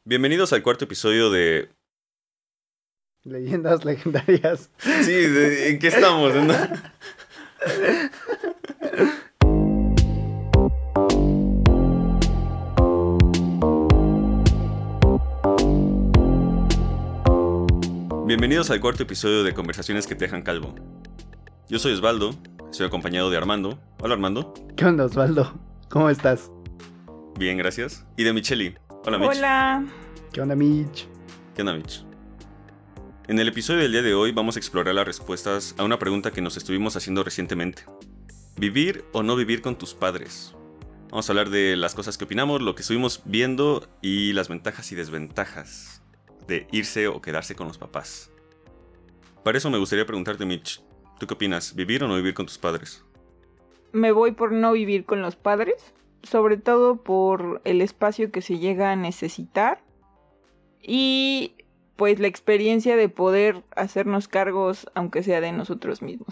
Bienvenidos al cuarto episodio de... Leyendas legendarias. Sí, ¿en qué estamos? ¿No? Bienvenidos al cuarto episodio de Conversaciones que te dejan calvo. Yo soy Osvaldo, estoy acompañado de Armando. Hola Armando. ¿Qué onda, Osvaldo? ¿Cómo estás? Bien, gracias. Y de Micheli. Hola Mich. Hola. ¿Qué onda, Mitch? ¿Qué onda, Mich? En el episodio del día de hoy vamos a explorar las respuestas a una pregunta que nos estuvimos haciendo recientemente. ¿Vivir o no vivir con tus padres? Vamos a hablar de las cosas que opinamos, lo que estuvimos viendo y las ventajas y desventajas de irse o quedarse con los papás. Para eso me gustaría preguntarte, Mitch, ¿tú qué opinas? ¿Vivir o no vivir con tus padres? Me voy por no vivir con los padres, sobre todo por el espacio que se llega a necesitar y pues la experiencia de poder hacernos cargos aunque sea de nosotros mismos.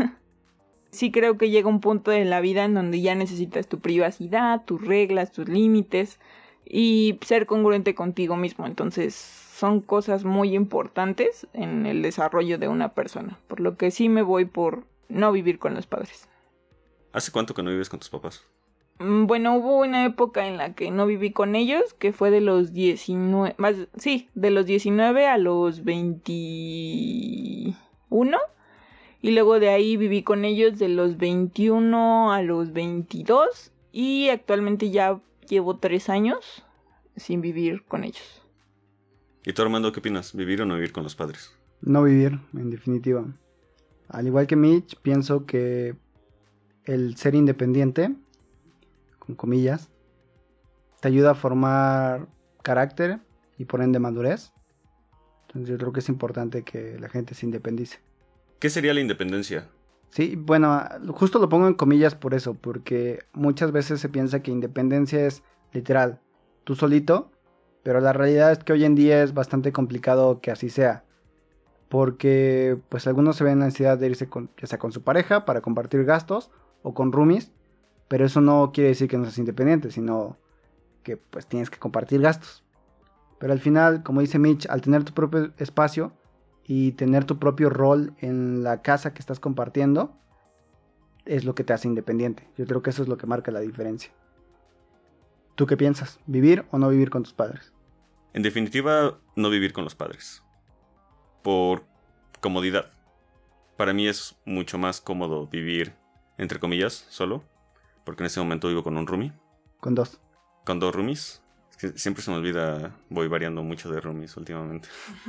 Sí creo que llega un punto en la vida en donde ya necesitas tu privacidad, tus reglas, tus límites y ser congruente contigo mismo. Entonces son cosas muy importantes en el desarrollo de una persona, por lo que sí me voy por no vivir con los padres. ¿Hace cuánto que no vives con tus papás? Bueno, hubo una época en la que no viví con ellos, que fue de los 19, de los 19 a los 21, y luego de ahí viví con ellos de los 21 a los 22, y actualmente ya llevo 3 años sin vivir con ellos. ¿Y tú, Armando, qué opinas? ¿Vivir o no vivir con los padres? No vivir, en definitiva. Al igual que Mitch, pienso que el ser independiente, con comillas, te ayuda a formar carácter y por ende madurez. Entonces yo creo que es importante que la gente se independice. ¿Qué sería la independencia? Sí, bueno, justo lo pongo en comillas por eso, porque muchas veces se piensa que independencia es literal, tú solito, pero la realidad es que hoy en día es bastante complicado que así sea, porque pues algunos se ven en la necesidad de irse ya sea con su pareja para compartir gastos o con roomies, pero eso no quiere decir que no seas independiente, sino que pues tienes que compartir gastos. Pero al final, como dice Mitch, al tener tu propio espacio y tener tu propio rol en la casa que estás compartiendo, es lo que te hace independiente. Yo creo que eso es lo que marca la diferencia. ¿Tú qué piensas? ¿Vivir o no vivir con tus padres? En definitiva, no vivir con los padres. Por comodidad. Para mí es mucho más cómodo vivir, entre comillas, solo. Porque en este momento vivo con un roomie. Con dos. Con dos roomies. Es que siempre se me olvida, voy variando mucho de roomies últimamente.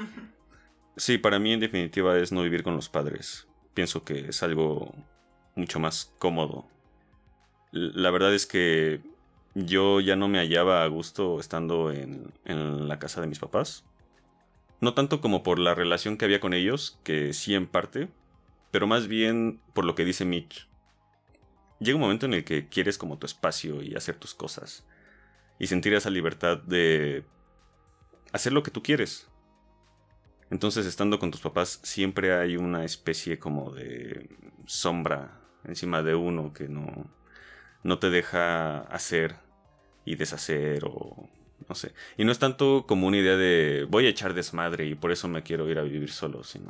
Sí, para mí en definitiva es no vivir con los padres. Pienso que es algo mucho más cómodo. La verdad es que yo ya no me hallaba a gusto estando en la casa de mis papás. No tanto como por la relación que había con ellos, que sí en parte, pero más bien por lo que dice Mitch. Llega un momento en el que quieres como tu espacio y hacer tus cosas. Y sentir esa libertad de hacer lo que tú quieres. Entonces, estando con tus papás, siempre hay una especie como de sombra encima de uno que no te deja hacer y deshacer o no sé. Y no es tanto como una idea de voy a echar desmadre y por eso me quiero ir a vivir solo, sino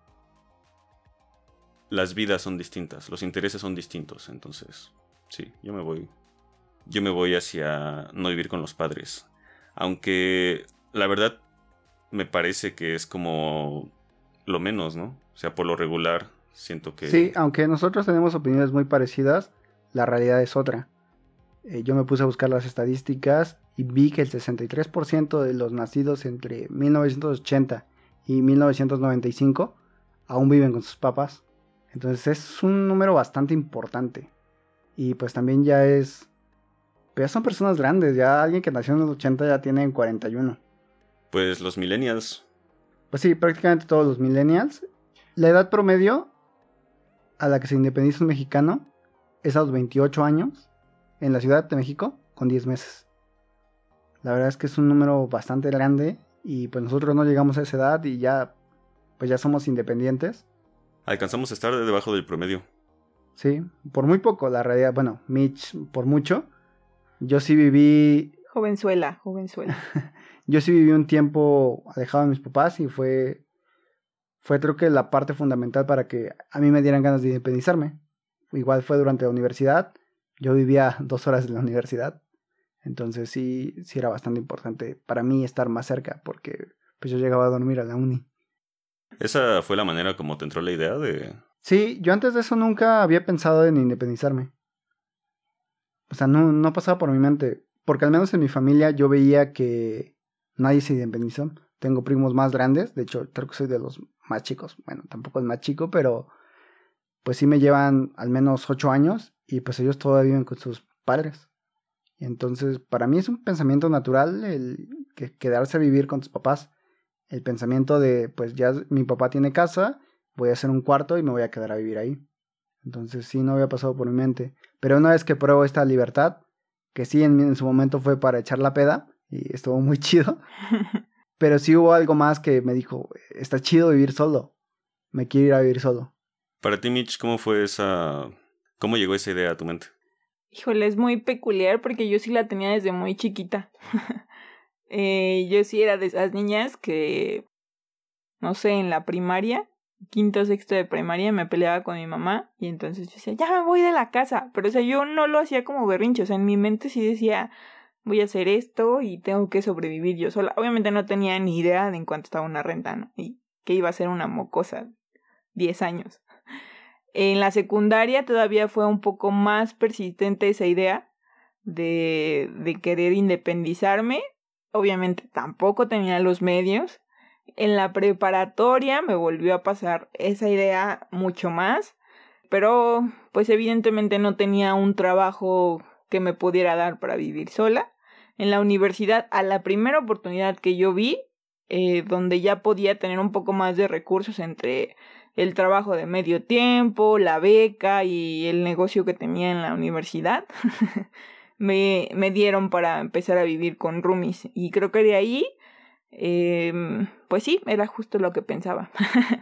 las vidas son distintas, los intereses son distintos, entonces sí, yo me voy hacia no vivir con los padres. Aunque la verdad me parece que es como lo menos, ¿no? O sea, por lo regular siento que... Sí, aunque nosotros tenemos opiniones muy parecidas, la realidad es otra. Yo me puse a buscar las estadísticas y vi que el 63% de los nacidos entre 1980 y 1995 aún viven con sus papás. Entonces es un número bastante importante. Y pues también ya son personas grandes. Ya alguien que nació en los 80 ya tiene 41. Pues los millennials. Pues sí, prácticamente todos los millennials. La edad promedio a la que se independiza un mexicano es a los 28 años en la Ciudad de México con 10 meses. La verdad es que es un número bastante grande y pues nosotros no llegamos a esa edad y ya somos independientes. Alcanzamos a estar debajo del promedio. Sí, por muy poco la realidad. Bueno, Mitch por mucho. Yo sí viví... Jovenzuela. yo sí viví un tiempo alejado de mis papás y fue creo que la parte fundamental para que a mí me dieran ganas de independizarme. Igual fue durante la universidad, yo vivía 2 horas de la universidad, entonces sí era bastante importante para mí estar más cerca, porque pues yo llegaba a dormir a la uni. ¿Esa fue la manera como te entró la idea de...? Sí, yo antes de eso nunca había pensado en independizarme. O sea, no pasaba por mi mente, porque al menos en mi familia yo veía que nadie se independizó. Tengo primos más grandes, de hecho creo que soy de los más chicos. Bueno, tampoco el más chico, pero pues sí me llevan al menos 8 años y pues ellos todavía viven con sus padres. Y entonces para mí es un pensamiento natural el quedarse a vivir con tus papás. El pensamiento de pues ya mi papá tiene casa, voy a hacer un cuarto y me voy a quedar a vivir ahí. Entonces sí, no había pasado por mi mente. Pero una vez que pruebo esta libertad, que sí en su momento fue para echar la peda, y estuvo muy chido, pero sí hubo algo más que me dijo, está chido vivir solo, me quiero ir a vivir solo. Para ti, Mitch, ¿cómo fue esa... ¿Cómo llegó esa idea a tu mente? Híjole, es muy peculiar porque yo sí la tenía desde muy chiquita. Yo sí era de esas niñas que, no sé, en la primaria, quinto, sexto de primaria, me peleaba con mi mamá y entonces yo decía, ya me voy de la casa. Pero, o sea, yo no lo hacía como berrinche, o sea, en mi mente sí decía, voy a hacer esto y tengo que sobrevivir yo sola. Obviamente no tenía ni idea de en cuánto estaba una renta, ¿no? Y que iba a ser una mocosa, 10 años. En la secundaria todavía fue un poco más persistente esa idea de querer independizarme. Obviamente tampoco tenía los medios. En la preparatoria me volvió a pasar esa idea mucho más, pero pues evidentemente no tenía un trabajo que me pudiera dar para vivir sola. En la universidad, a la primera oportunidad que yo vi, donde ya podía tener un poco más de recursos entre el trabajo de medio tiempo, la beca y el negocio que tenía en la universidad, me dieron para empezar a vivir con roomies. Y creo que de ahí, pues sí, era justo lo que pensaba.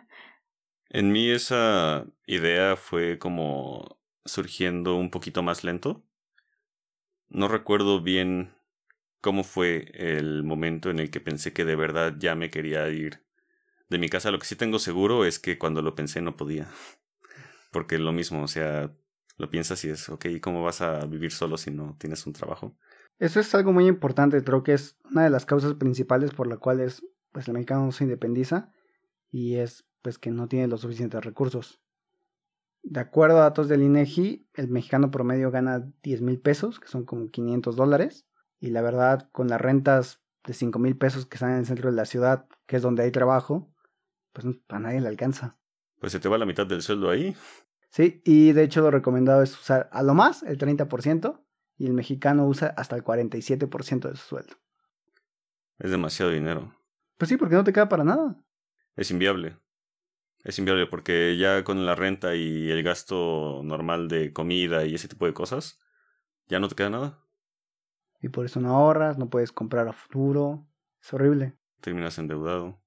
En mí esa idea fue como surgiendo un poquito más lento. No recuerdo bien cómo fue el momento en el que pensé que de verdad ya me quería ir de mi casa. Lo que sí tengo seguro es que cuando lo pensé no podía. Porque es lo mismo, o sea, lo piensas y es, ok, ¿cómo vas a vivir solo si no tienes un trabajo? Eso es algo muy importante, creo que es una de las causas principales por las cuales pues, el mexicano no se independiza y es pues que no tiene los suficientes recursos. De acuerdo a datos del INEGI, el mexicano promedio gana 10,000 pesos, que son como $500, y la verdad, con las rentas de 5,000 pesos que están en el centro de la ciudad, que es donde hay trabajo, pues a nadie le alcanza. Pues se te va la mitad del sueldo ahí. Sí, y de hecho lo recomendado es usar a lo más el 30%, y el mexicano usa hasta el 47% de su sueldo. Es demasiado dinero. Pues sí, porque no te queda para nada. Es inviable. Es inviable porque ya con la renta y el gasto normal de comida y ese tipo de cosas, ya no te queda nada. Y por eso no ahorras, no puedes comprar a futuro. Es horrible. Terminas endeudado.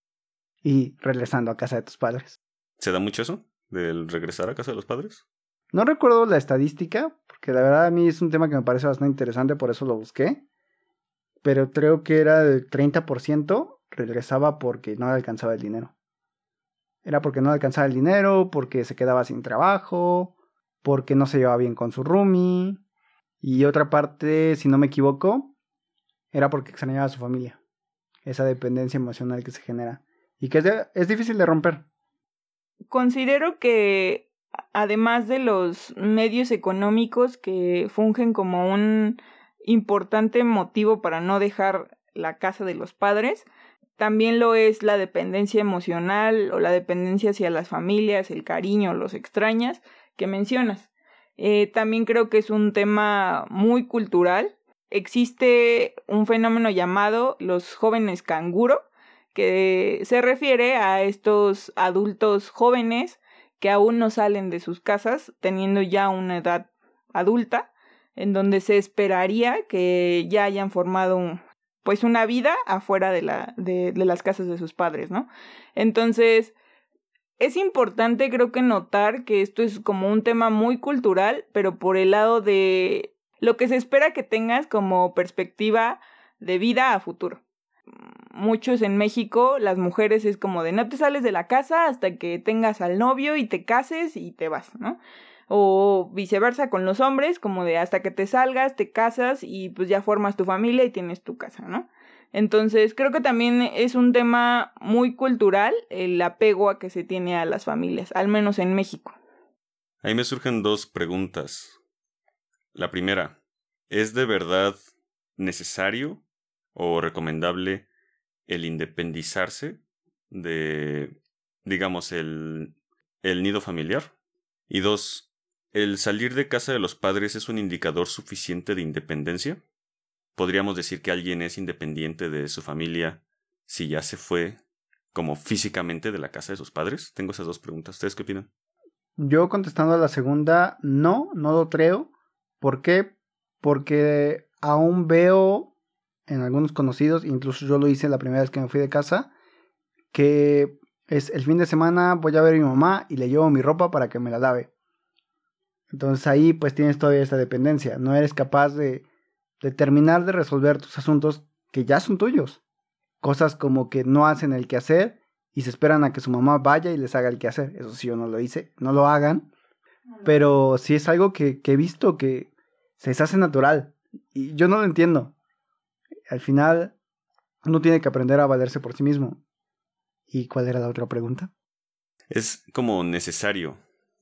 Y regresando a casa de tus padres. ¿Se da mucho eso? ¿Del regresar a casa de los padres? No recuerdo la estadística, porque la verdad a mí es un tema que me parece bastante interesante, por eso lo busqué. Pero creo que era del 30% regresaba porque no le alcanzaba el dinero. Era porque no le alcanzaba el dinero, porque se quedaba sin trabajo, porque no se llevaba bien con su roomie. Y otra parte, si no me equivoco, era porque extrañaba a su familia. Esa dependencia emocional que se genera. Y que es difícil de romper. Considero que además de los medios económicos que fungen como un importante motivo para no dejar la casa de los padres, también lo es la dependencia emocional o la dependencia hacia las familias, el cariño, los extrañas que mencionas. También creo que es un tema muy cultural. Existe un fenómeno llamado los jóvenes canguro, que se refiere a estos adultos jóvenes que aún no salen de sus casas, teniendo ya una edad adulta, en donde se esperaría que ya hayan formado pues una vida afuera de las casas de sus padres, ¿no? Entonces, es importante creo que notar que esto es como un tema muy cultural, pero por el lado de lo que se espera que tengas como perspectiva de vida a futuro. muchos en México, las mujeres es como de no te sales de la casa hasta que tengas al novio y te cases y te vas, ¿no? O viceversa con los hombres, como de hasta que te salgas, te casas y pues ya formas tu familia y tienes tu casa, ¿no? Entonces creo que también es un tema muy cultural el apego a que se tiene a las familias, al menos en México. Ahí me surgen 2 preguntas. La primera, ¿es de verdad necesario o recomendable el independizarse de, digamos, el nido familiar? Y 2, ¿el salir de casa de los padres es un indicador suficiente de independencia? ¿Podríamos decir que alguien es independiente de su familia si ya se fue como físicamente de la casa de sus padres? Tengo esas 2 preguntas. ¿Ustedes qué opinan? Yo contestando a la segunda, no lo creo. ¿Por qué? Porque aún veo en algunos conocidos, incluso yo lo hice la primera vez que me fui de casa, que es el fin de semana voy a ver a mi mamá y le llevo mi ropa para que me la lave. Entonces ahí pues tienes todavía esta dependencia. No eres capaz de terminar de resolver tus asuntos que ya son tuyos. Cosas como que no hacen el quehacer y se esperan a que su mamá vaya y les haga el quehacer. Eso sí, yo no lo hice, no lo hagan. Pero sí es algo que he visto que se les hace natural. Y yo no lo entiendo. Al final, uno tiene que aprender a valerse por sí mismo. ¿Y cuál era la otra pregunta? ¿Es como necesario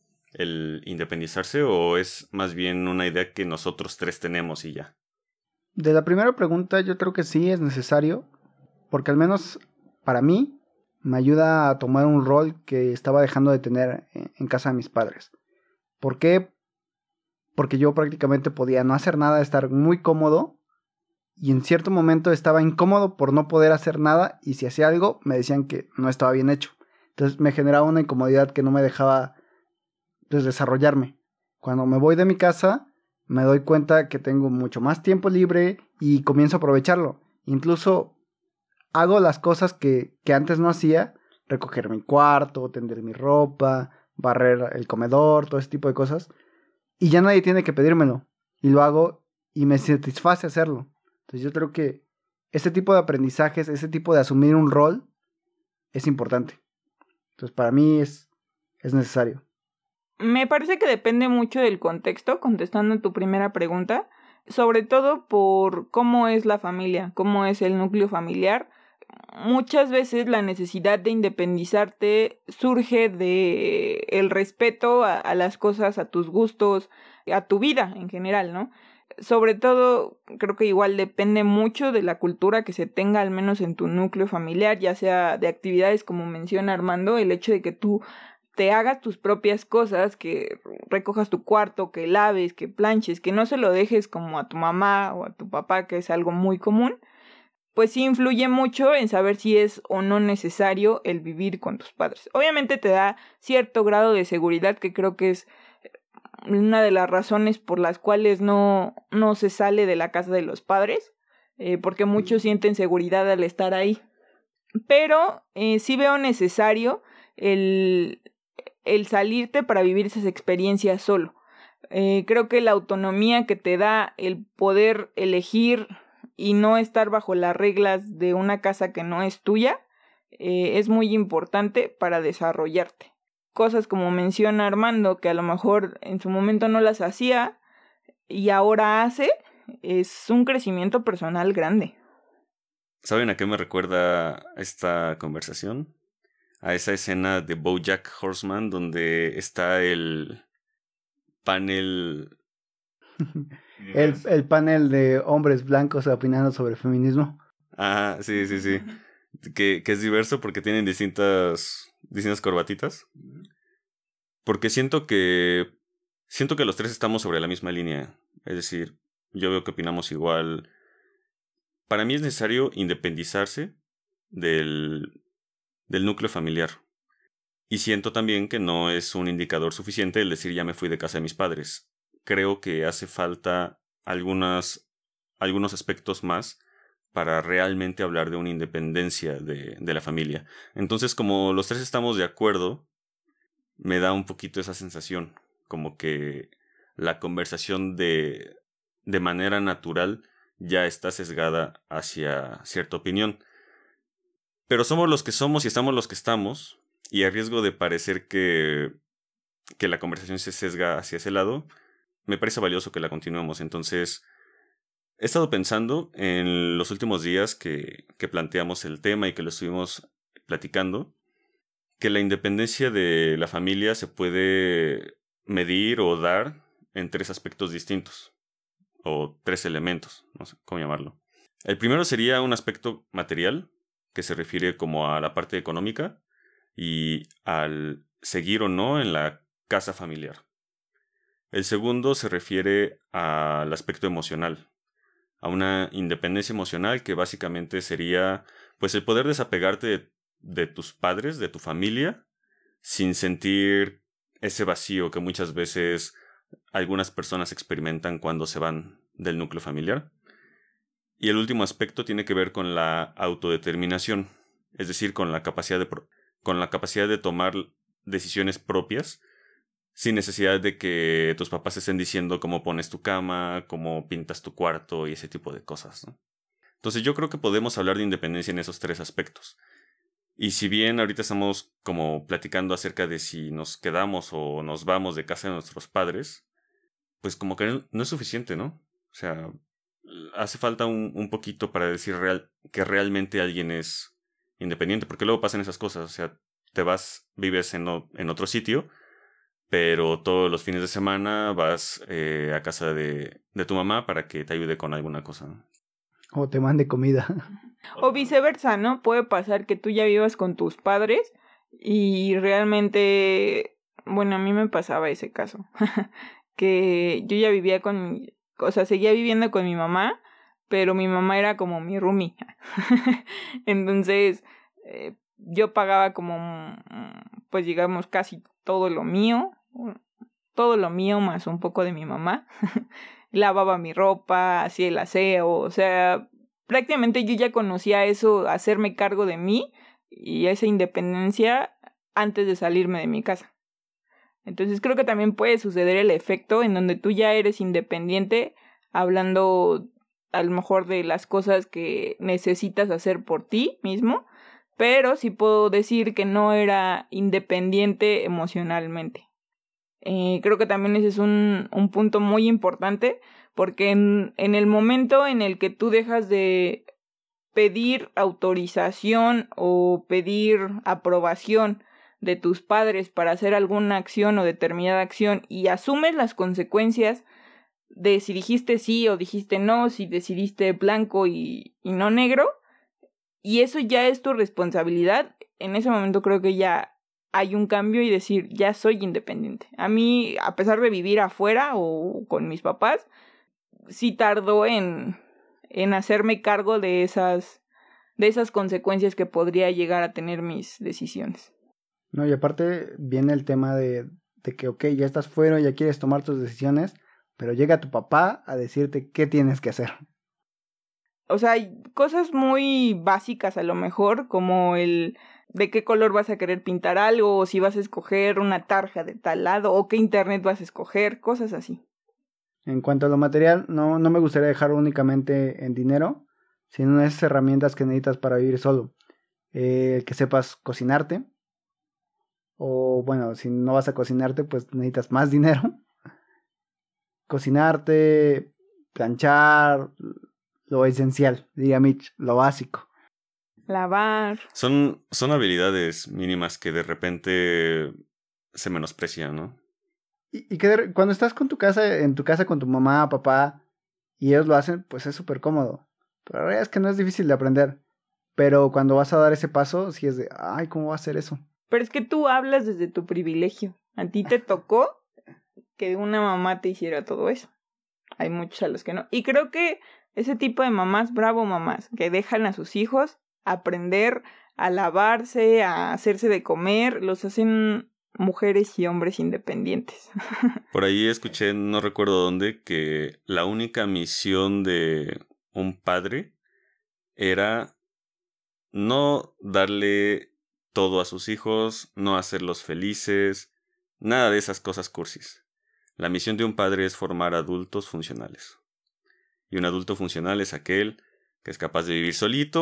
el independizarse o es más bien una idea que nosotros 3 tenemos y ya? De la primera pregunta yo creo que sí es necesario, porque al menos para mí me ayuda a tomar un rol que estaba dejando de tener en casa de mis padres. ¿Por qué? Porque yo prácticamente podía no hacer nada, estar muy cómodo, y en cierto momento estaba incómodo por no poder hacer nada, y si hacía algo me decían que no estaba bien hecho. Entonces me generaba una incomodidad que no me dejaba pues, desarrollarme. Cuando me voy de mi casa me doy cuenta que tengo mucho más tiempo libre y comienzo a aprovecharlo. Incluso hago las cosas que antes no hacía, recoger mi cuarto, tender mi ropa, barrer el comedor, todo ese tipo de cosas. Y ya nadie tiene que pedírmelo. Y lo hago y me satisface hacerlo. Entonces yo creo que ese tipo de aprendizajes, ese tipo de asumir un rol es importante. Entonces para mí es necesario. Me parece que depende mucho del contexto, contestando tu primera pregunta, sobre todo por cómo es la familia, cómo es el núcleo familiar. Muchas veces la necesidad de independizarte surge de el respeto a las cosas, a tus gustos, a tu vida en general, ¿no? Sobre todo, creo que igual depende mucho de la cultura que se tenga, al menos en tu núcleo familiar, ya sea de actividades como menciona Armando, el hecho de que tú te hagas tus propias cosas, que recojas tu cuarto, que laves, que planches, que no se lo dejes como a tu mamá o a tu papá, que es algo muy común, pues sí influye mucho en saber si es o no necesario el vivir con tus padres. Obviamente te da cierto grado de seguridad, que creo que es una de las razones por las cuales no se sale de la casa de los padres, porque muchos sienten seguridad al estar ahí. Pero sí veo necesario el salirte para vivir esas experiencias solo. Creo que la autonomía que te da el poder elegir y no estar bajo las reglas de una casa que no es tuya es muy importante para desarrollarte. Cosas como menciona Armando, que a lo mejor en su momento no las hacía y ahora hace, es un crecimiento personal grande. ¿Saben a qué me recuerda esta conversación? A esa escena de BoJack Horseman donde está el panel... el panel de hombres blancos opinando sobre feminismo. Ah, sí. Que es diverso porque tienen distintas corbatitas. Porque siento que los 3 estamos sobre la misma línea. Es decir, yo veo que opinamos igual. Para mí es necesario independizarse del núcleo familiar. Y siento también que no es un indicador suficiente el decir ya me fui de casa de mis padres. Creo que hace falta algunos aspectos más para realmente hablar de una independencia de la familia. Entonces, como los 3 estamos de acuerdo, me da un poquito esa sensación, como que la conversación de manera natural ya está sesgada hacia cierta opinión. Pero somos los que somos y estamos los que estamos, y a riesgo de parecer que la conversación se sesga hacia ese lado, me parece valioso que la continuemos. Entonces, he estado pensando en los últimos días que planteamos el tema y que lo estuvimos platicando, que la independencia de la familia se puede medir o dar en 3 aspectos distintos, o 3 elementos, no sé cómo llamarlo. El primero sería un aspecto material, que se refiere como a la parte económica y al seguir o no en la casa familiar. El segundo se refiere al aspecto emocional, a una independencia emocional que básicamente sería pues el poder desapegarte de tus padres, de tu familia, sin sentir ese vacío que muchas veces algunas personas experimentan cuando se van del núcleo familiar. Y el último aspecto tiene que ver con la autodeterminación, es decir, con la capacidad de tomar decisiones propias, sin necesidad de que tus papás estén diciendo cómo pones tu cama, cómo pintas tu cuarto y ese tipo de cosas, ¿no? Entonces yo creo que podemos hablar de independencia en esos 3 aspectos. Y si bien ahorita estamos como platicando acerca de si nos quedamos o nos vamos de casa de nuestros padres, pues como que no es suficiente, ¿no? O sea, hace falta un poquito para decir que realmente alguien es independiente, porque luego pasan esas cosas, o sea, te vas, vives en otro sitio, pero todos los fines de semana vas a casa de tu mamá para que te ayude con alguna cosa, ¿no? O te mande comida. O viceversa, ¿no? Puede pasar que tú ya vivas con tus padres y realmente, bueno, a mí me pasaba ese caso, que yo ya vivía seguía viviendo con mi mamá, pero mi mamá era como mi roomie. Entonces, yo pagaba como, pues digamos, casi todo lo mío más un poco de mi mamá. Lavaba mi ropa, hacía el aseo, o sea, prácticamente yo ya conocía eso, hacerme cargo de mí y esa independencia antes de salirme de mi casa. Entonces creo que también puede suceder el efecto en donde tú ya eres independiente, hablando a lo mejor de las cosas que necesitas hacer por ti mismo, pero sí puedo decir que no era independiente emocionalmente. Creo que también ese es un punto muy importante, porque en el momento en el que tú dejas de pedir autorización o pedir aprobación de tus padres para hacer alguna acción o determinada acción y asumes las consecuencias de si dijiste sí o dijiste no, si decidiste blanco y no negro, y eso ya es tu responsabilidad, en ese momento creo que ya hay un cambio y decir, ya soy independiente. A mí, a pesar de vivir afuera o con mis papás, sí tardó en hacerme cargo de esas consecuencias que podría llegar a tener mis decisiones. No, y aparte viene el tema de que, ok, ya estás fuera, ya quieres tomar tus decisiones, pero llega tu papá a decirte qué tienes que hacer. O sea, hay cosas muy básicas a lo mejor, como el de qué color vas a querer pintar algo, o si vas a escoger una tarja de tal lado, o qué internet vas a escoger, cosas así. En cuanto a lo material, no me gustaría dejarlo únicamente en dinero, sino en esas herramientas que necesitas para vivir solo. Que sepas cocinarte, o bueno, si no vas a cocinarte, pues necesitas más dinero. Cocinarte, planchar, lo esencial, diría Mitch, lo básico. Lavar. Son habilidades mínimas que de repente se menosprecian, ¿no? Y que cuando estás en tu casa con tu mamá, papá, y ellos lo hacen, pues es súper cómodo. Pero la realidad es que no es difícil de aprender. Pero cuando vas a dar ese paso, sí es de, ay, ¿cómo va a hacer eso? Pero es que tú hablas desde tu privilegio. A ti te tocó que una mamá te hiciera todo eso. Hay muchos a los que no. Y creo que ese tipo de mamás, bravo mamás, que dejan a sus hijos aprender a lavarse, a hacerse de comer, los hacen mujeres y hombres independientes. Por ahí escuché, no recuerdo dónde, que la única misión de un padre era no darle todo a sus hijos, no hacerlos felices, nada de esas cosas cursis. La misión de un padre es formar adultos funcionales. Y un adulto funcional es aquel que es capaz de vivir solito,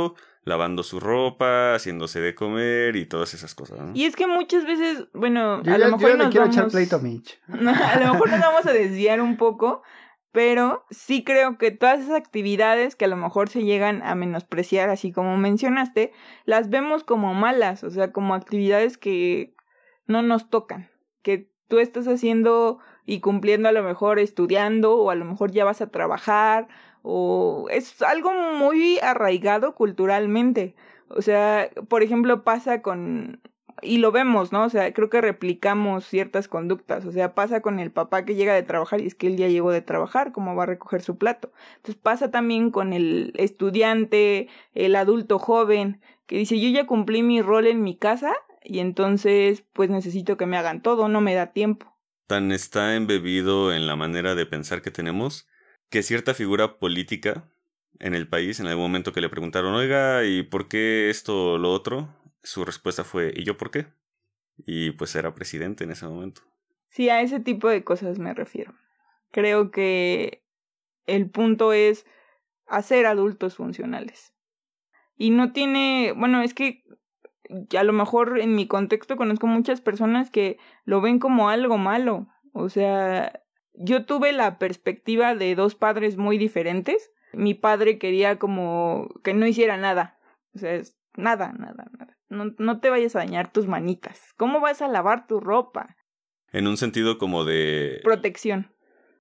lavando su ropa, haciéndose de comer y todas esas cosas, ¿no? Y es que muchas veces, bueno, Yo a lo ya mejor le nos quiero vamos... echar pleito a Mitch. A lo mejor nos vamos a desviar un poco, pero sí creo que todas esas actividades que a lo mejor se llegan a menospreciar, así como mencionaste, las vemos como malas, o sea, como actividades que no nos tocan, que tú estás haciendo y cumpliendo, a lo mejor estudiando, o a lo mejor ya vas a trabajar, o es algo muy arraigado culturalmente. O sea, por ejemplo, pasa con... Y lo vemos, ¿no? O sea, creo que replicamos ciertas conductas. O sea, pasa con el papá que llega de trabajar y es que él ya llegó de trabajar, ¿cómo va a recoger su plato? Entonces pasa también con el estudiante, el adulto joven, que dice, yo ya cumplí mi rol en mi casa y entonces pues necesito que me hagan todo, no me da tiempo. Tan está embebido en la manera de pensar que tenemos que cierta figura política en el país, en algún momento que le preguntaron, oiga, ¿y por qué esto o lo otro? Su respuesta fue, ¿y yo por qué? Y pues era presidente en ese momento. Sí, a ese tipo de cosas me refiero. Creo que el punto es hacer adultos funcionales. Y no tiene, bueno, es que a lo mejor en mi contexto conozco muchas personas que lo ven como algo malo. O sea, yo tuve la perspectiva de dos padres muy diferentes. Mi padre quería como que no hiciera nada. O sea, es nada. No te vayas a dañar tus manitas. ¿Cómo vas a lavar tu ropa? En un sentido como de... Protección.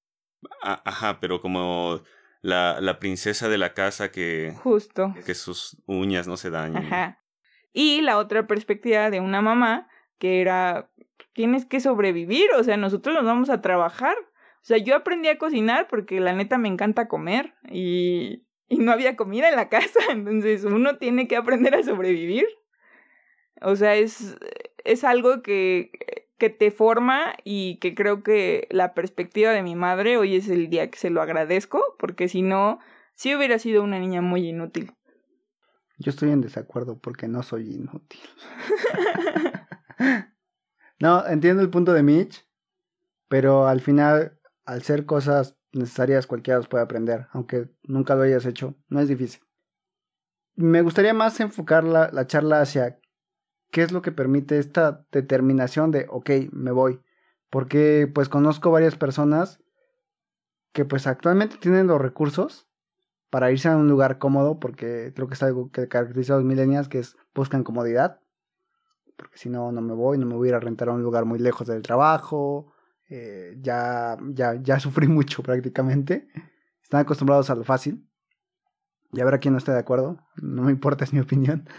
Ajá, pero como la princesa de la casa Justo. que sus uñas no se dañen. Ajá. Y la otra perspectiva de una mamá que era, tienes que sobrevivir, o sea, nosotros nos vamos a trabajar. O sea, yo aprendí a cocinar porque la neta me encanta comer y no había comida en la casa, entonces uno tiene que aprender a sobrevivir. O sea, es algo que te forma y que creo que la perspectiva de mi madre hoy es el día que se lo agradezco, porque si no, sí hubiera sido una niña muy inútil. Yo estoy en desacuerdo porque no soy inútil. No, entiendo el punto de Mitch, pero al final, al ser cosas necesarias, cualquiera las puede aprender, aunque nunca lo hayas hecho, no es difícil. Me gustaría más enfocar la charla hacia qué es lo que permite esta determinación de, ok, me voy, porque pues conozco varias personas que pues actualmente tienen los recursos para irse a un lugar cómodo, porque creo que es algo que caracteriza a los millennials, que es buscan comodidad, porque si no, no me voy a ir a rentar a un lugar muy lejos del trabajo, ya sufrí mucho prácticamente, están acostumbrados a lo fácil, y habrá quien no esté de acuerdo, no me importa, es mi opinión,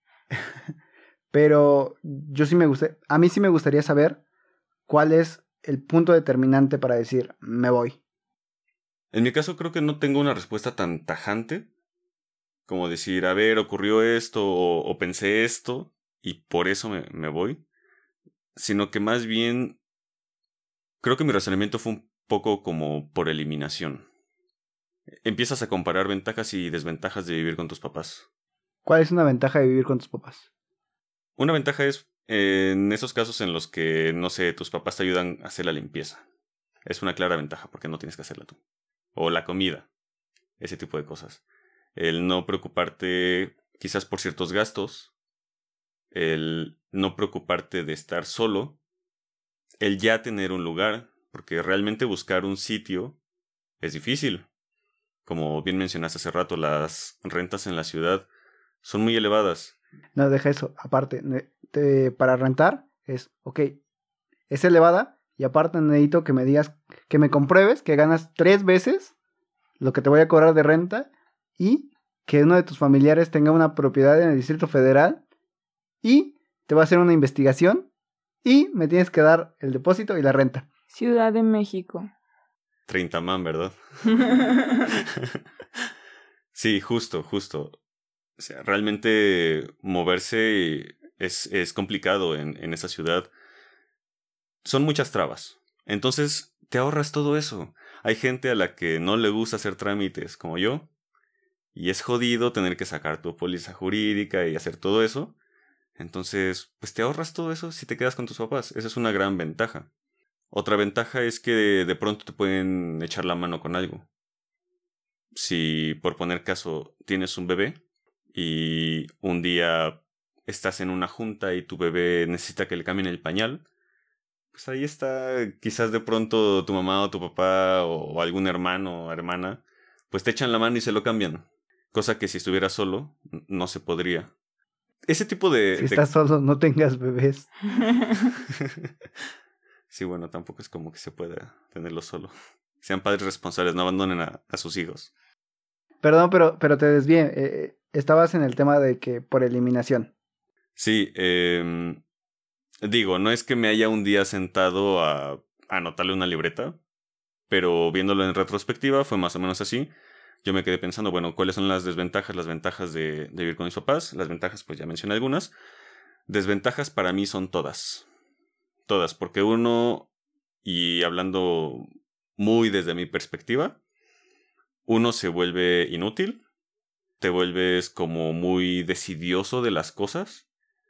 pero a mí sí me gustaría saber cuál es el punto determinante para decir, me voy. En mi caso creo que no tengo una respuesta tan tajante como decir, a ver, ocurrió esto o pensé esto y por eso me voy, sino que más bien creo que mi razonamiento fue un poco como por eliminación. Empiezas a comparar ventajas y desventajas de vivir con tus papás. ¿Cuál es una ventaja de vivir con tus papás? Una ventaja es en esos casos en los que, no sé, tus papás te ayudan a hacer la limpieza. Es una clara ventaja porque no tienes que hacerla tú. O la comida, ese tipo de cosas. El no preocuparte quizás por ciertos gastos, el no preocuparte de estar solo, el ya tener un lugar, porque realmente buscar un sitio es difícil. Como bien mencionaste hace rato, las rentas en la ciudad son muy elevadas. No, deja eso. Aparte, para rentar es, ok, es elevada y aparte necesito que me digas, que me compruebes que ganas 3 veces lo que te voy a cobrar de renta y que uno de tus familiares tenga una propiedad en el Distrito Federal y te va a hacer una investigación y me tienes que dar el depósito y la renta. Ciudad de México. 30 man, ¿verdad? Sí, justo. O sea, realmente moverse es complicado en esa ciudad. Son muchas trabas. Entonces, te ahorras todo eso. Hay gente a la que no le gusta hacer trámites como yo. Y es jodido tener que sacar tu póliza jurídica y hacer todo eso. Entonces, pues te ahorras todo eso si te quedas con tus papás. Esa es una gran ventaja. Otra ventaja es que de pronto te pueden echar la mano con algo. Si, por poner caso, tienes un bebé y un día estás en una junta y tu bebé necesita que le cambien el pañal, pues ahí está, quizás de pronto tu mamá o tu papá o algún hermano o hermana, pues te echan la mano y se lo cambian. Cosa que si estuvieras solo, no se podría. Ese tipo Si estás solo, no tengas bebés. Sí, bueno, tampoco es como que se pueda tenerlo solo. Sean padres responsables, no abandonen a sus hijos. Perdón, pero te desvié. Estabas en el tema de que por eliminación. Sí, digo, no es que me haya un día sentado a anotarle una libreta, pero viéndolo en retrospectiva fue más o menos así. Yo me quedé pensando, bueno, ¿cuáles son las desventajas? Las ventajas de vivir con mis papás. Las ventajas, pues ya mencioné algunas. Desventajas para mí son todas. Todas, porque uno, y hablando muy desde mi perspectiva, uno se vuelve inútil, te vuelves como muy decidioso de las cosas,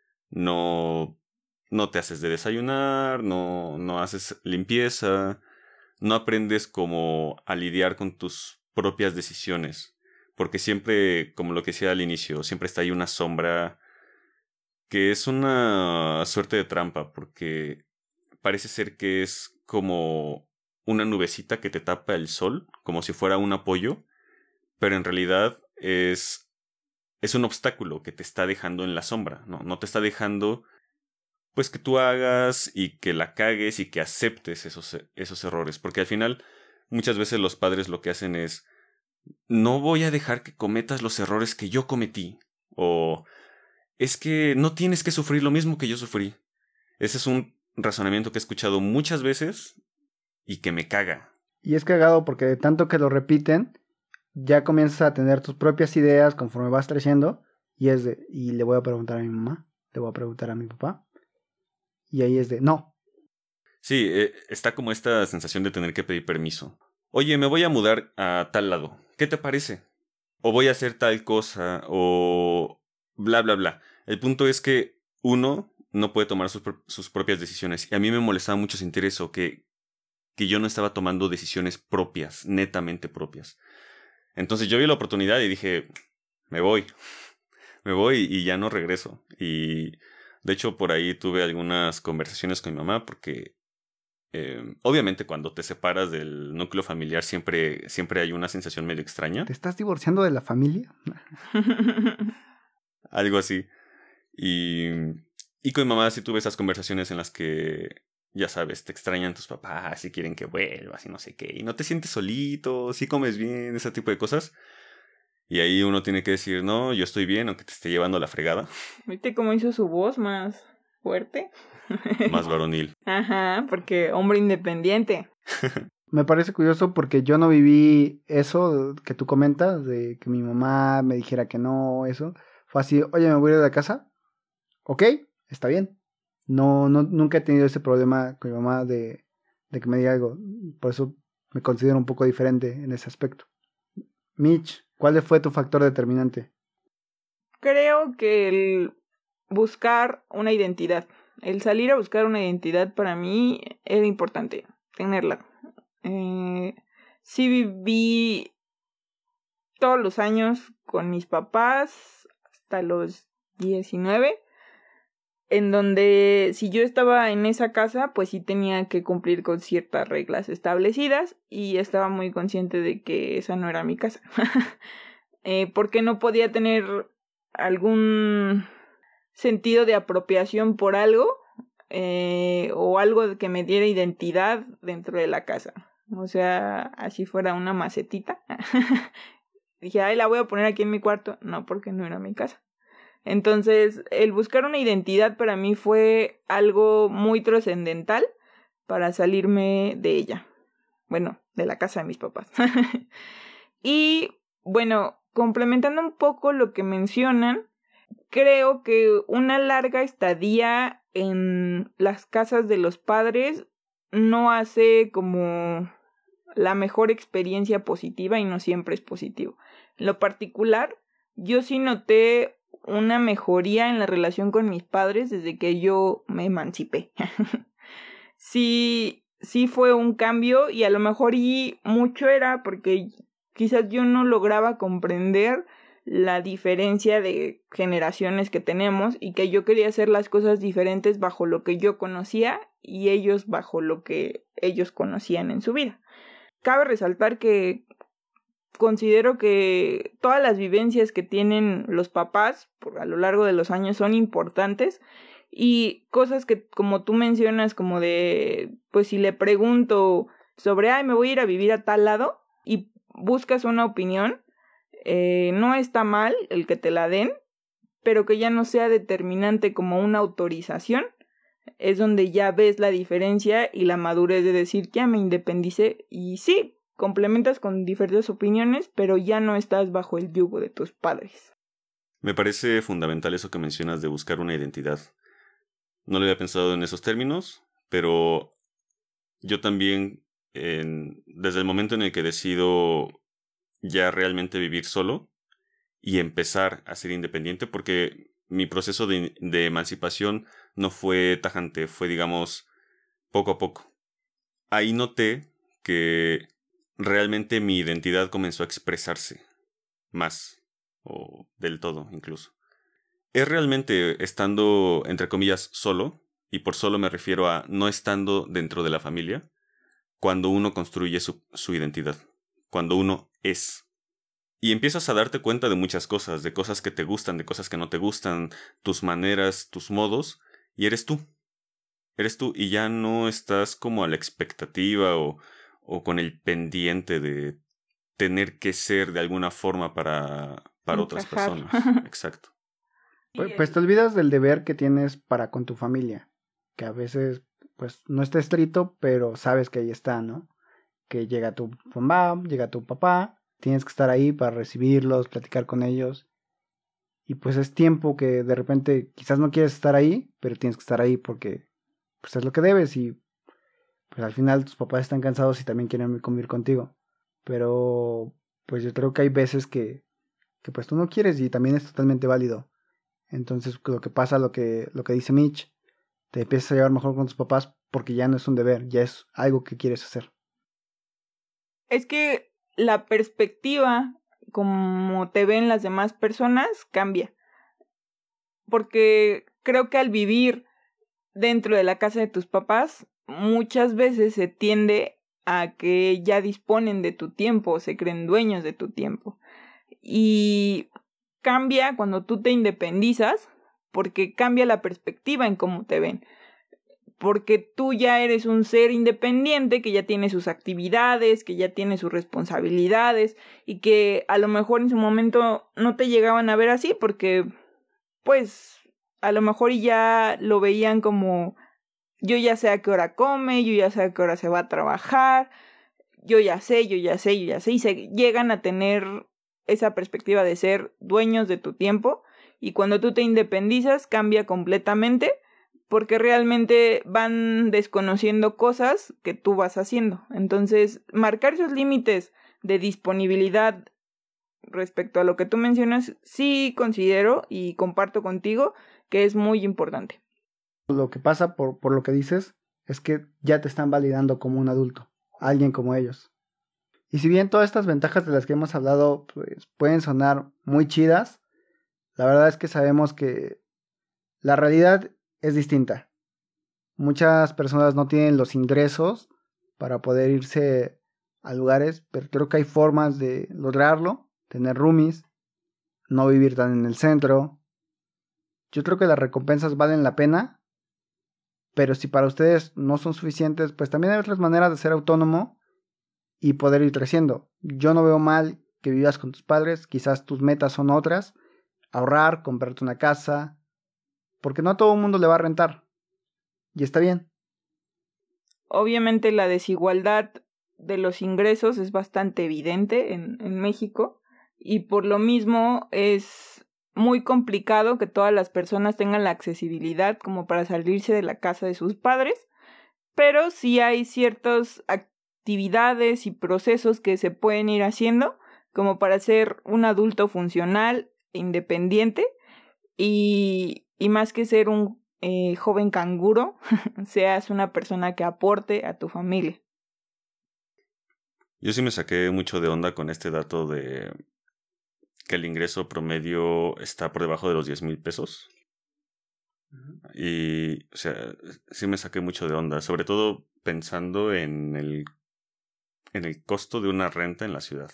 no te haces de desayunar, no haces limpieza, no aprendes como a lidiar con tus propias decisiones, porque siempre, como lo que decía al inicio, siempre está ahí una sombra que es una suerte de trampa, porque parece ser que es como una nubecita que te tapa el sol, como si fuera un apoyo, pero en realidad es un obstáculo que te está dejando en la sombra, no te está dejando pues que tú hagas y que la cagues y que aceptes esos errores, porque al final muchas veces los padres lo que hacen es no voy a dejar que cometas los errores que yo cometí, o es que no tienes que sufrir lo mismo que yo sufrí. Ese es un razonamiento que he escuchado muchas veces y que me caga. Y es cagado porque de tanto que lo repiten, ya comienzas a tener tus propias ideas conforme vas creciendo. Y le voy a preguntar a mi mamá, le voy a preguntar a mi papá. Y ahí es de, no. Sí, está como esta sensación de tener que pedir permiso. Oye, me voy a mudar a tal lado. ¿Qué te parece? O voy a hacer tal cosa, o bla, bla, bla. El punto es que uno no puede tomar sus propias decisiones. Y a mí me molestaba mucho sentir eso, que yo no estaba tomando decisiones propias, netamente propias. Entonces yo vi la oportunidad y dije, me voy y ya no regreso. Y de hecho por ahí tuve algunas conversaciones con mi mamá porque obviamente cuando te separas del núcleo familiar siempre hay una sensación medio extraña. ¿Te estás divorciando de la familia? Algo así. Y con mi mamá sí tuve esas conversaciones en las que, ya sabes, te extrañan tus papás y quieren que vuelvas y no sé qué. Y no te sientes solito, sí comes bien, ese tipo de cosas. Y ahí uno tiene que decir, no, yo estoy bien, aunque te esté llevando a la fregada. ¿Viste cómo hizo su voz más fuerte? Más varonil. Ajá, porque hombre independiente. Me parece curioso porque yo no viví eso que tú comentas, de que mi mamá me dijera que no, eso. Fue así, oye, me voy a ir de la casa. Ok, está bien. Nunca he tenido ese problema con mi mamá de que me diga algo. Por eso me considero un poco diferente en ese aspecto. Mitch, ¿cuál fue tu factor determinante? Creo que el buscar una identidad, el salir a buscar una identidad para mí era importante, tenerla. Sí viví todos los años con mis papás hasta los 19, en donde si yo estaba en esa casa, pues sí tenía que cumplir con ciertas reglas establecidas y estaba muy consciente de que esa no era mi casa. Porque no podía tener algún sentido de apropiación por algo o algo que me diera identidad dentro de la casa. O sea, así fuera una macetita. Dije, ay, la voy a poner aquí en mi cuarto. No, porque no era mi casa. Entonces, el buscar una identidad para mí fue algo muy trascendental para salirme de ella. Bueno, de la casa de mis papás. Y, bueno, complementando un poco lo que mencionan, creo que una larga estadía en las casas de los padres no hace como la mejor experiencia positiva y no siempre es positivo. En lo particular, yo sí noté una mejoría en la relación con mis padres desde que yo me emancipé. Sí fue un cambio y a lo mejor y mucho era porque quizás yo no lograba comprender la diferencia de generaciones que tenemos y que yo quería hacer las cosas diferentes bajo lo que yo conocía y ellos bajo lo que ellos conocían en su vida. Cabe resaltar que considero que todas las vivencias que tienen los papás a lo largo de los años son importantes y cosas que, como tú mencionas, como de, pues si le pregunto sobre, me voy a ir a vivir a tal lado y buscas una opinión, no está mal el que te la den, pero que ya no sea determinante como una autorización, es donde ya ves la diferencia y la madurez de decir, ya me independicé y sí, complementas con diferentes opiniones, pero ya no estás bajo el yugo de tus padres. Me parece fundamental eso que mencionas de buscar una identidad. No lo había pensado en esos términos, pero yo también, desde el momento en el que decido ya realmente vivir solo y empezar a ser independiente, porque mi proceso de emancipación no fue tajante, fue, digamos, poco a poco. Ahí noté que realmente mi identidad comenzó a expresarse más, o del todo incluso. Es realmente estando, entre comillas, solo, y por solo me refiero a no estando dentro de la familia, cuando uno construye su identidad, cuando uno es. Y empiezas a darte cuenta de muchas cosas, de cosas que te gustan, de cosas que no te gustan, tus maneras, tus modos, y eres tú. Eres tú y ya no estás como a la expectativa o con el pendiente de tener que ser de alguna forma para otras personas. Exacto. Pues te olvidas del deber que tienes para con tu familia, que a veces pues no está escrito, pero sabes que ahí está, ¿no? Que llega tu mamá, llega tu papá, tienes que estar ahí para recibirlos, platicar con ellos. Y pues es tiempo que de repente quizás no quieres estar ahí, pero tienes que estar ahí porque pues es lo que debes y pues al final tus papás están cansados y también quieren convivir contigo. Pero pues yo creo que hay veces que pues tú no quieres y también es totalmente válido. Entonces lo que pasa, lo que dice Mitch, te empiezas a llevar mejor con tus papás porque ya no es un deber, ya es algo que quieres hacer. Es que la perspectiva, como te ven las demás personas, cambia. Porque creo que al vivir dentro de la casa de tus papás, muchas veces se tiende a que ya disponen de tu tiempo, se creen dueños de tu tiempo. Y cambia cuando tú te independizas, porque cambia la perspectiva en cómo te ven. Porque tú ya eres un ser independiente que ya tiene sus actividades, que ya tiene sus responsabilidades y que a lo mejor en su momento no te llegaban a ver así porque pues a lo mejor ya lo veían como yo ya sé a qué hora come, yo ya sé a qué hora se va a trabajar, yo ya sé y se llegan a tener esa perspectiva de ser dueños de tu tiempo y cuando tú te independizas cambia completamente porque realmente van desconociendo cosas que tú vas haciendo. Entonces, marcar esos límites de disponibilidad respecto a lo que tú mencionas, sí considero y comparto contigo que es muy importante. Lo que pasa por lo que dices es que ya te están validando como un adulto, alguien como ellos. Y si bien todas estas ventajas de las que hemos hablado pues, pueden sonar muy chidas, la verdad es que sabemos que la realidad es distinta. Muchas personas no tienen los ingresos para poder irse a lugares, pero creo que hay formas de lograrlo, tener roomies, no vivir tan en el centro. Yo creo que las recompensas valen la pena, pero si para ustedes no son suficientes, pues también hay otras maneras de ser autónomo y poder ir creciendo. Yo no veo mal que vivas con tus padres, quizás tus metas son otras, ahorrar, comprarte una casa, porque no a todo el mundo le va a rentar. Y está bien. Obviamente la desigualdad de los ingresos es bastante evidente en México y por lo mismo es muy complicado que todas las personas tengan la accesibilidad como para salirse de la casa de sus padres, pero sí hay ciertas actividades y procesos que se pueden ir haciendo como para ser un adulto funcional e independiente y más que ser un joven canguro, seas una persona que aporte a tu familia. Yo sí me saqué mucho de onda con este dato de que el ingreso promedio está por debajo de los 10,000 pesos. Y, o sea, sí me saqué mucho de onda, sobre todo pensando en el costo de una renta en la ciudad.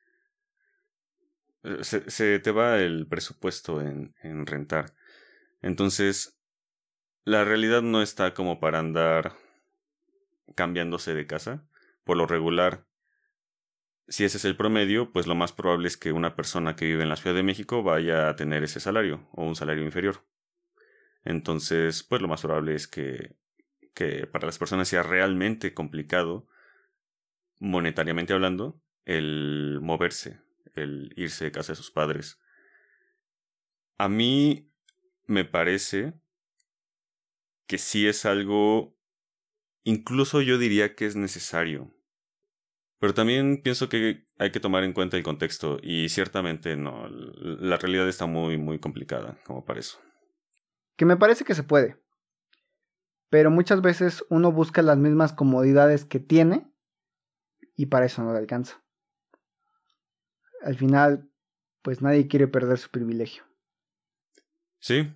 Se te va el presupuesto en rentar. Entonces, la realidad no está como para andar cambiándose de casa. Por lo regular, si ese es el promedio, pues lo más probable es que una persona que vive en la Ciudad de México vaya a tener ese salario o un salario inferior. Entonces, pues lo más probable es que para las personas sea realmente complicado, monetariamente hablando, el moverse, el irse de casa de sus padres. A mí me parece que sí es algo, incluso yo diría que es necesario. Pero también pienso que hay que tomar en cuenta el contexto y ciertamente no, la realidad está muy, muy complicada como para eso. Que me parece que se puede, pero muchas veces uno busca las mismas comodidades que tiene y para eso no le alcanza. Al final, pues nadie quiere perder su privilegio. Sí.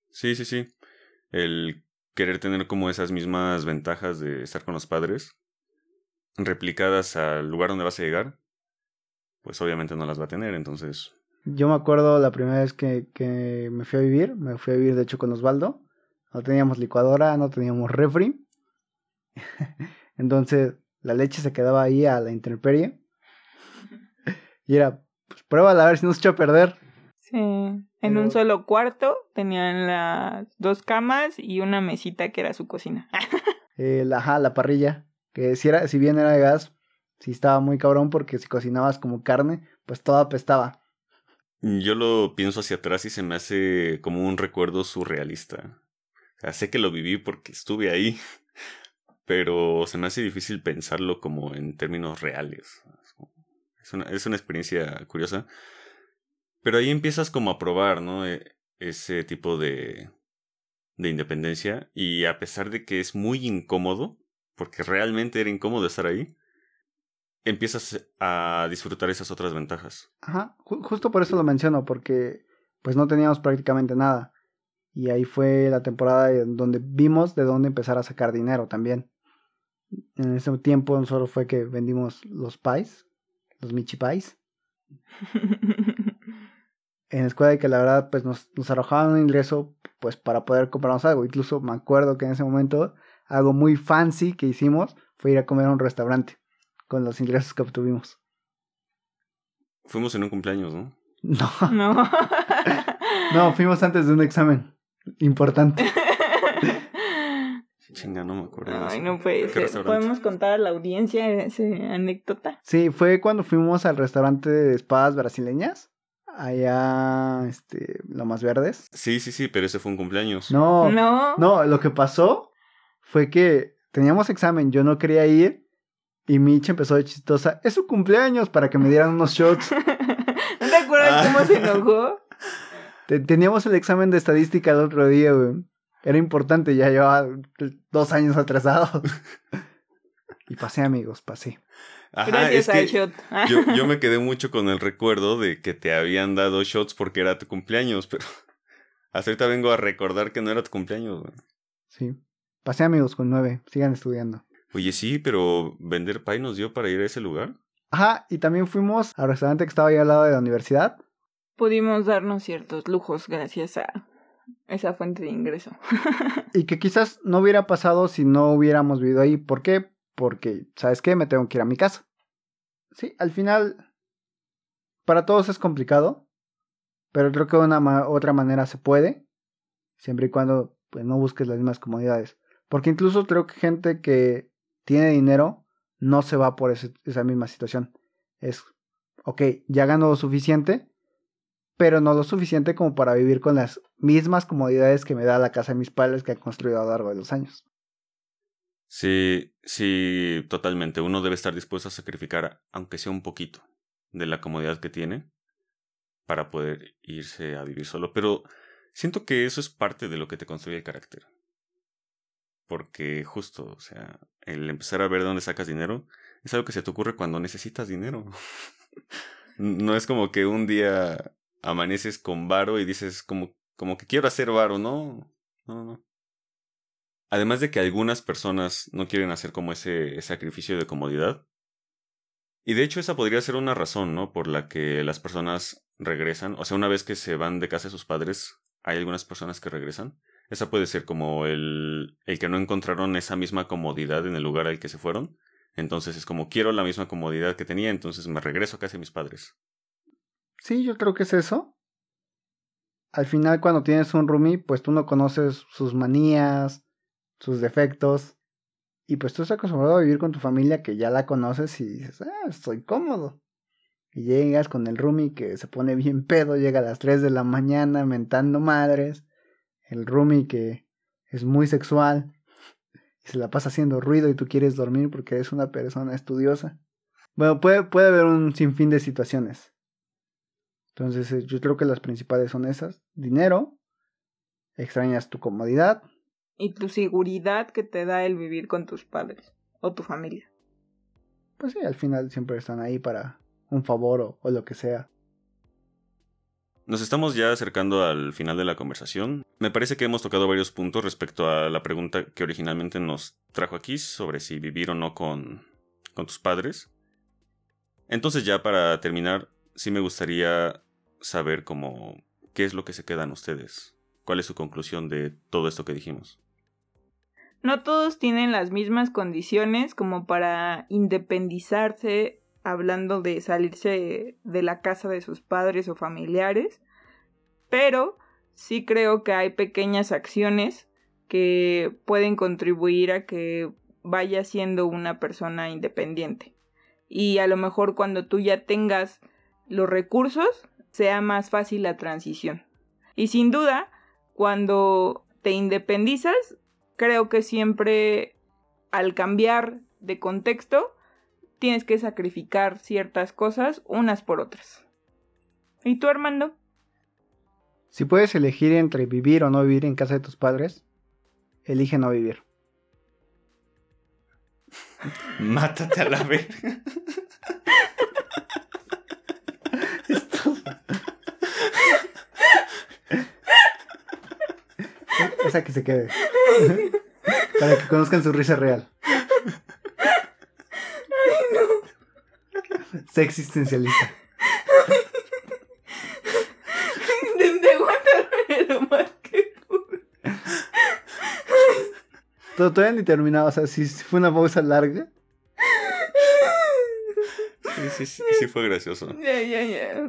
El querer tener como esas mismas ventajas de estar con los padres, replicadas al lugar donde vas a llegar, pues obviamente no las va a tener, entonces... Yo me acuerdo la primera vez que me fui a vivir de hecho con Osvaldo. No teníamos licuadora, no teníamos refri. Entonces la leche se quedaba ahí a la intemperie. Y era, pues pruébala a ver si no se echa a perder. Sí, en un solo cuarto tenían las 2 camas y una mesita que era su cocina. La parrilla, que si bien era de gas, sí estaba muy cabrón porque si cocinabas como carne, pues todo apestaba. Yo lo pienso hacia atrás y se me hace como un recuerdo surrealista. O sea, sé que lo viví porque estuve ahí, pero se me hace difícil pensarlo como en términos reales. Es una experiencia curiosa. Pero ahí empiezas como a probar, ¿no? Ese tipo de independencia. Y a pesar de que es muy incómodo, porque realmente era incómodo estar ahí, empiezas a disfrutar esas otras ventajas. Ajá, justo por eso lo menciono, porque pues no teníamos prácticamente nada. Y ahí fue la temporada en donde vimos de dónde empezar a sacar dinero también. En ese tiempo no solo fue que vendimos los pies, los Michi Pies. En la escuela, que la verdad pues nos arrojaban un ingreso pues para poder comprarnos algo. Incluso me acuerdo que en ese momento algo muy fancy que hicimos fue ir a comer a un restaurante con los ingresos que obtuvimos. Fuimos en un cumpleaños, ¿no? No. No, fuimos antes de un examen importante. Chinga, no me acuerdo. Ay, no puede ser. ¿Podemos contar a la audiencia esa anécdota? Sí, fue cuando fuimos al restaurante de espadas brasileñas. Allá, Lomas Verdes. Sí, pero ese fue un cumpleaños. No, lo que pasó fue que teníamos examen, yo no quería ir y Mitch empezó de chistosa, es su cumpleaños, para que me dieran unos shots. ¿No te acuerdas cómo se enojó? Teníamos el examen de estadística el otro día, güey. Era importante, ya llevaba 2 años atrasado. Y pasé, amigos, pasé. Ajá, gracias al shot. yo me quedé mucho con el recuerdo de que te habían dado shots porque era tu cumpleaños, pero hasta ahorita vengo a recordar que no era tu cumpleaños, güey. Sí, pasé, amigos, con 9, sigan estudiando. Oye, sí, pero ¿vender pie nos dio para ir a ese lugar? Ajá, y también fuimos al restaurante que estaba ahí al lado de la universidad. Pudimos darnos ciertos lujos gracias a esa fuente de ingreso. Y que quizás no hubiera pasado si no hubiéramos vivido ahí. ¿Por qué? Porque, ¿sabes qué? Me tengo que ir a mi casa. Sí, al final, para todos es complicado, pero creo que de una otra manera se puede, siempre y cuando pues, no busques las mismas comodidades. Porque incluso creo que gente que tiene dinero no se va por esa misma situación. Es, ok, ya gano lo suficiente, pero no lo suficiente como para vivir con las mismas comodidades que me da la casa de mis padres que han construido a lo largo de los años. Sí, totalmente. Uno debe estar dispuesto a sacrificar, aunque sea un poquito, de la comodidad que tiene para poder irse a vivir solo. Pero siento que eso es parte de lo que te construye el carácter. Porque justo, o sea, el empezar a ver de dónde sacas dinero es algo que se te ocurre cuando necesitas dinero. No es como que un día amaneces con varo y dices como que quiero hacer varo, ¿no? No. Además de que algunas personas no quieren hacer como ese sacrificio de comodidad. Y de hecho esa podría ser una razón, ¿no? Por la que las personas regresan. O sea, una vez que se van de casa de sus padres, hay algunas personas que regresan. Esa puede ser como el que no encontraron esa misma comodidad en el lugar al que se fueron. Entonces es como quiero la misma comodidad que tenía, entonces me regreso a casa de mis padres. Sí, yo creo que es eso. Al final, cuando tienes un roomie, pues tú no conoces sus manías, sus defectos. Y pues tú estás acostumbrado a vivir con tu familia que ya la conoces y dices, estoy cómodo. Y llegas con el roomie que se pone bien pedo, llega a las 3 de la mañana mentando madres. El roomie que es muy sexual y se la pasa haciendo ruido y tú quieres dormir porque eres una persona estudiosa. Bueno, puede haber un sinfín de situaciones. Entonces yo creo que las principales son esas. Dinero, extrañas tu comodidad. Y tu seguridad que te da el vivir con tus padres o tu familia. Pues sí, al final siempre están ahí para un favor o lo que sea. Nos estamos ya acercando al final de la conversación. Me parece que hemos tocado varios puntos respecto a la pregunta que originalmente nos trajo aquí sobre si vivir o no con tus padres. Entonces ya para terminar, sí me gustaría saber qué es lo que se quedan ustedes. ¿Cuál es su conclusión de todo esto que dijimos? No todos tienen las mismas condiciones como para independizarse, hablando de salirse de la casa de sus padres o familiares, pero sí creo que hay pequeñas acciones que pueden contribuir a que vaya siendo una persona independiente. Y a lo mejor cuando tú ya tengas los recursos, sea más fácil la transición. Y sin duda, cuando te independizas, creo que siempre al cambiar de contexto tienes que sacrificar ciertas cosas unas por otras. ¿Y tú, Armando? Si puedes elegir entre vivir o no vivir en casa de tus padres, elige no vivir. Mátate a la verga. Esa que se quede. Para que conozcan su risa real. Ay, no. Sé existencialista. Intenté aguantarme lo más que pude. Todavía ni terminaba, o sea, si fue una pausa larga. Sí fue gracioso. Ya.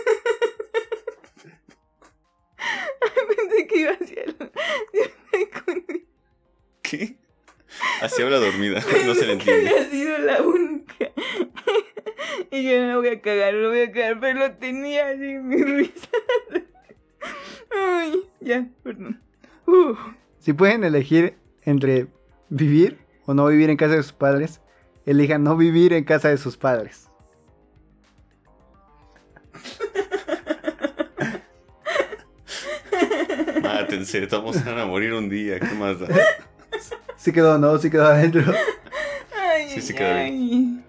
Pensé que iba hacia el... ¿Qué? Así habla dormida, no se le entiende. Había sido la única. Y yo no voy a cagar, pero lo tenía así en mi risa. Ay, ya, perdón. Si pueden elegir entre vivir o no vivir en casa de sus padres, elijan no vivir en casa de sus padres. Mátense, vamos a morir un día, ¿qué más da? Sí quedó, ¿no? Sí quedó adentro. Ay, Sí quedó bien.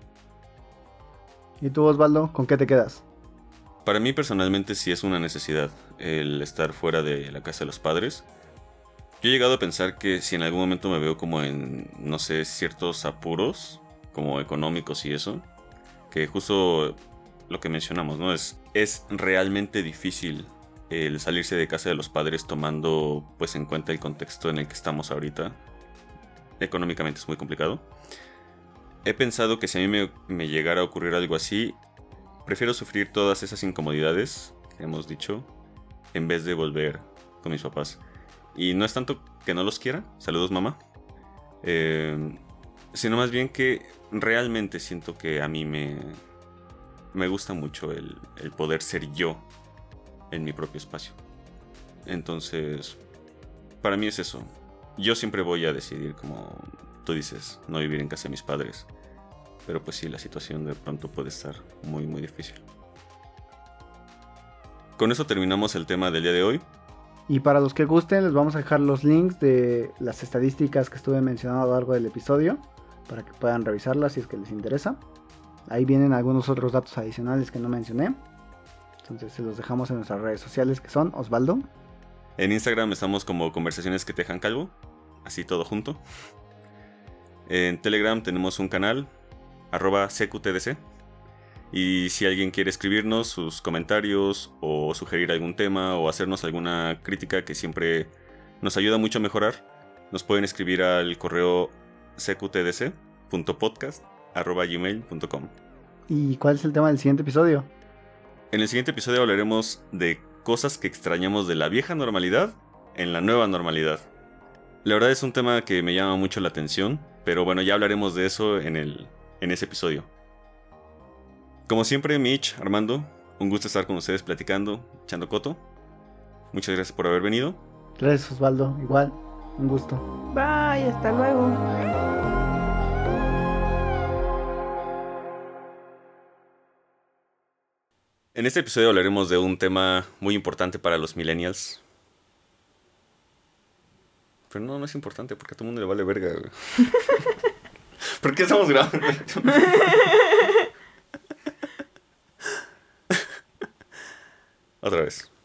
¿Y tú, Osvaldo, con qué te quedas? Para mí personalmente sí es una necesidad el estar fuera de la casa de los padres. Yo he llegado a pensar que si en algún momento me veo como en, no sé, ciertos apuros, como económicos y eso, que justo lo que mencionamos, ¿no? Es realmente difícil el salirse de casa de los padres tomando pues en cuenta el contexto en el que estamos ahorita. Económicamente es muy complicado. He pensado que si a mí me llegara a ocurrir algo así, prefiero sufrir todas esas incomodidades que hemos dicho en vez de volver con mis papás. Y no es tanto que no los quiera, saludos mamá, sino más bien que realmente siento que a mí me gusta mucho el poder ser yo en mi propio espacio. Entonces, para mí es eso. Yo siempre voy a decidir, como tú dices, no vivir en casa de mis padres. Pero pues sí, la situación de pronto puede estar muy, muy difícil. Con eso terminamos el tema del día de hoy. Y para los que gusten, les vamos a dejar los links de las estadísticas que estuve mencionando a lo largo del episodio, para que puedan revisarlas si es que les interesa. Ahí vienen algunos otros datos adicionales que no mencioné. Entonces se los dejamos en nuestras redes sociales, que son Osvaldo. En Instagram estamos como Conversaciones que Tejan Calvo, así todo junto. En Telegram tenemos un canal, @CQTDC. Y si alguien quiere escribirnos sus comentarios o sugerir algún tema o hacernos alguna crítica que siempre nos ayuda mucho a mejorar, nos pueden escribir al correo cqtdc.podcast@gmail.com. ¿Y cuál es el tema del siguiente episodio? En el siguiente episodio hablaremos de cosas que extrañamos de la vieja normalidad en la nueva normalidad. La verdad es un tema que me llama mucho la atención, pero bueno, ya hablaremos de eso en ese episodio. Como siempre, Mitch, Armando, un gusto estar con ustedes platicando, echando coto. Muchas gracias por haber venido. Gracias, Osvaldo. Igual, un gusto. Bye, hasta luego. En este episodio hablaremos de un tema muy importante para los millennials. Pero no es importante porque a todo el mundo le vale verga, güey. ¿Por qué estamos grabando? Otra vez.